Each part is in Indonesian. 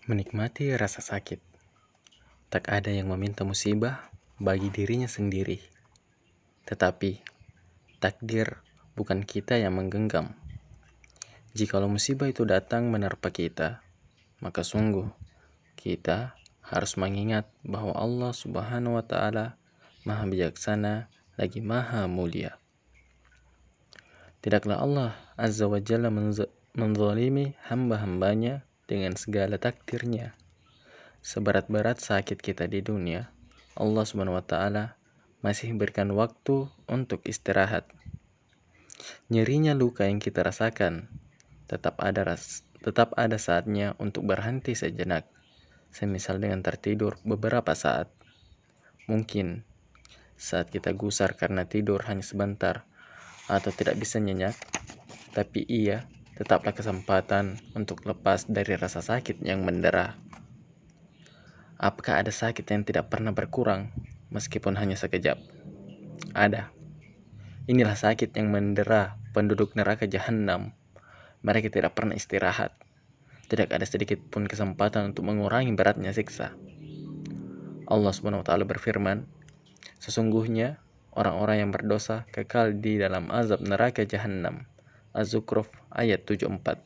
Menikmati rasa sakit. Tak ada yang meminta musibah bagi dirinya sendiri. Tetapi, takdir bukan kita yang menggenggam. Jikalau musibah itu datang menerpa kita, maka sungguh kita harus mengingat bahwa Allah Subhanahu wa Ta'ala Maha Bijaksana lagi Maha Mulia. Tidaklah Allah Azza wa Jalla menzalimi hamba-hambanya dengan segala takdirnya. Seberat-berat sakit kita di dunia, Allah Subhanahu wa Ta'ala masih berikan waktu untuk istirahat. Nyerinya luka yang kita rasakan tetap ada saatnya untuk berhenti sejenak, semisal dengan tertidur beberapa saat. Mungkin saat kita gusar karena tidur hanya sebentar atau tidak bisa nyenyak, tapi ia tetaplah kesempatan untuk lepas dari rasa sakit yang mendera. Apakah ada sakit yang tidak pernah berkurang meskipun hanya sekejap? Ada. Inilah sakit yang mendera penduduk neraka Jahannam. Mereka tidak pernah istirahat. Tidak ada sedikit pun kesempatan untuk mengurangi beratnya siksa. Allah Subhanahu wa Ta'ala berfirman, sesungguhnya orang-orang yang berdosa kekal di dalam azab neraka Jahannam. Az-Zukhruf ayat 74.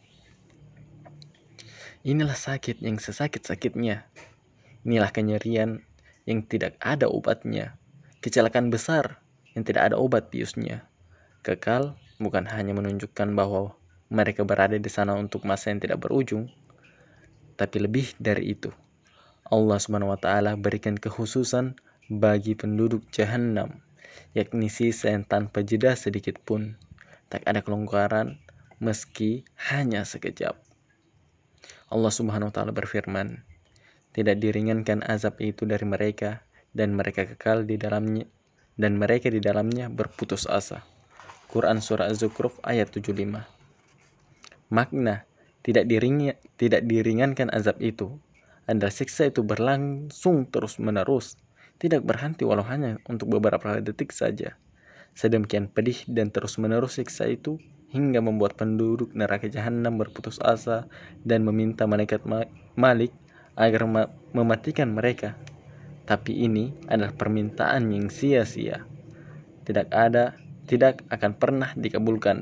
Inilah sakit yang sesakit-sakitnya. Inilah kenyerian yang tidak ada obatnya. Kecelakaan besar yang tidak ada obat biusnya. Kekal bukan hanya menunjukkan bahwa mereka berada di sana untuk masa yang tidak berujung, tapi lebih dari itu. Allah Subhanahu wa Ta'ala berikan kekhususan bagi penduduk Jahannam, yakni sisa yang tanpa jeda sedikit pun. Tak ada kelonggaran meski hanya sekejap. Allah Subhanahu wa Ta'ala berfirman, tidak diringankan azab itu dari mereka dan mereka kekal di dalamnya dan mereka di dalamnya berputus asa. Quran surah Az-Zukhruf ayat 75. Makna tidak diringankan azab itu adalah siksa itu berlangsung terus-menerus, tidak berhenti walau hanya untuk beberapa detik saja. Sedemikian pedih dan terus-menerus siksa itu hingga membuat penduduk neraka Jahannam berputus asa dan meminta malaikat Malik agar mematikan mereka. Tapi ini adalah permintaan yang sia-sia. Tidak akan pernah dikabulkan.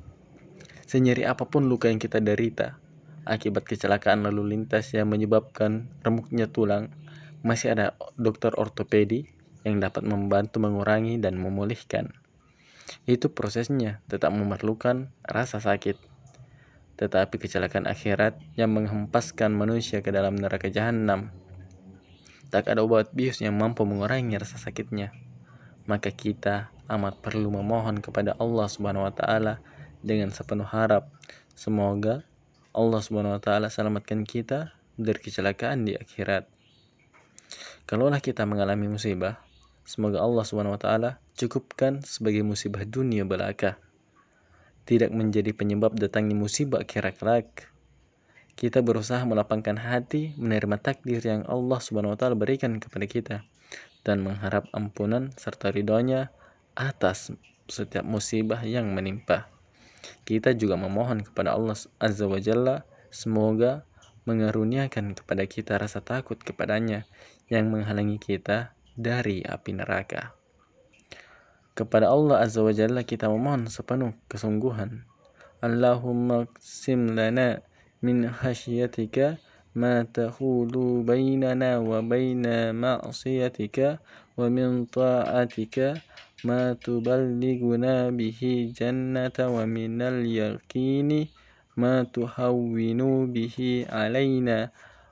Senyeri apapun luka yang kita derita akibat kecelakaan lalu lintas yang menyebabkan remuknya tulang, masih ada dokter ortopedi yang dapat membantu mengurangi dan memulihkan. Itu prosesnya tetap memerlukan rasa sakit. Tetapi kecelakaan akhirat yang menghempaskan manusia ke dalam neraka Jahannam, tak ada obat bius yang mampu mengurangi rasa sakitnya. Maka kita amat perlu memohon kepada Allah Subhanahu wa Ta'ala dengan sepenuh harap. Semoga Allah Subhanahu wa Ta'ala selamatkan kita dari kecelakaan di akhirat. Kalaulah kita mengalami musibah, semoga Allah Subhanahu wa Ta'ala cukupkan sebagai musibah dunia belaka, tidak menjadi penyebab datangnya musibah akhirat kelak. Kita berusaha melapangkan hati menerima takdir yang Allah Subhanahu wa Ta'ala berikan kepada kita dan mengharap ampunan serta ridhonya atas setiap musibah yang menimpa. Kita juga memohon kepada Allah Azza wa Jalla semoga mengaruniakan kepada kita rasa takut kepadanya yang menghalangi kita dari api neraka. Kepada Allah Azza wa Jalla kita memohon sepenuh kesungguhan. Allahumma qsim lana min khasyatika ma tahulu bainana wa baina ma'siyatika wa min ta'atika ma tuballighuna bihi jannata wa minal yaqini ma tuhawwinu bihi alaina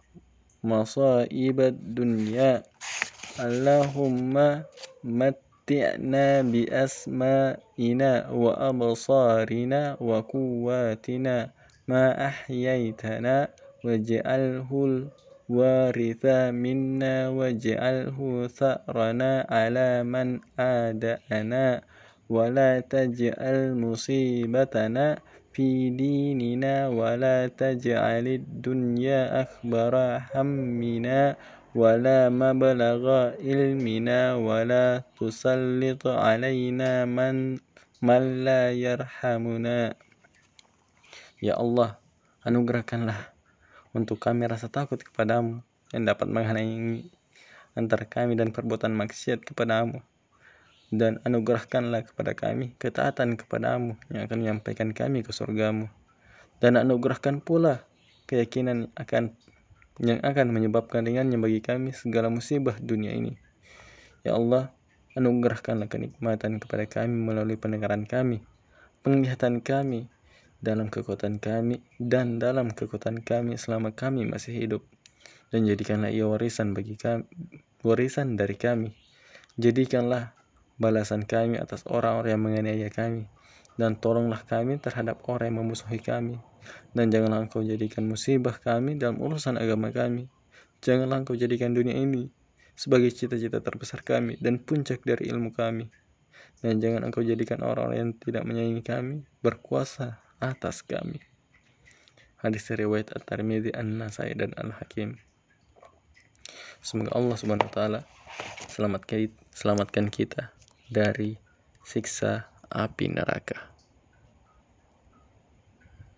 masa'ibad dunya. Allahumma matti'na bi asma'ina wa absarina wa quwwatina ma ahyaitana waj'alhu waritha minna waj'alhu tha'rana ala man ada'ana wa la taj'al musibatana fi dinina wa la taj'alid dunya akbara hammina wa la mablagha ilmina wa la tusallit alaina man la yarhamuna. Ya Allah, anugerahkanlah untuk kami rasa takut kepadamu yang dapat menghalangi antara kami dan perbuatan maksiat kepadamu. Dan anugerahkanlah kepada kami ketaatan kepadamu yang akan menyampaikan kami ke surgamu. Dan anugerahkan pula keyakinan yang akan menyebabkan ringannya bagi kami segala musibah dunia ini. Ya Allah, anugerahkanlah kenikmatan kepada kami melalui pendengaran kami, penglihatan kami, dalam kekuatan kami dan dalam kekuatan kami selama kami masih hidup. Dan jadikanlah ia warisan bagi kami, warisan dari kami. Jadikanlah balasan kami atas orang-orang yang menganiaya kami, dan tolonglah kami terhadap orang yang memusuhi kami. Dan janganlah Engkau jadikan musibah kami dalam urusan agama kami. Janganlah Engkau jadikan dunia ini sebagai cita-cita terbesar kami dan puncak dari ilmu kami. Dan jangan Engkau jadikan orang-orang yang tidak menyayangi kami berkuasa atas kami. Hadis riwayat At-Tirmidzi, An-Nasai, dan Al-Hakim. Semoga Allah Subhanahu wa taala selamatkan kita dari siksa api neraka.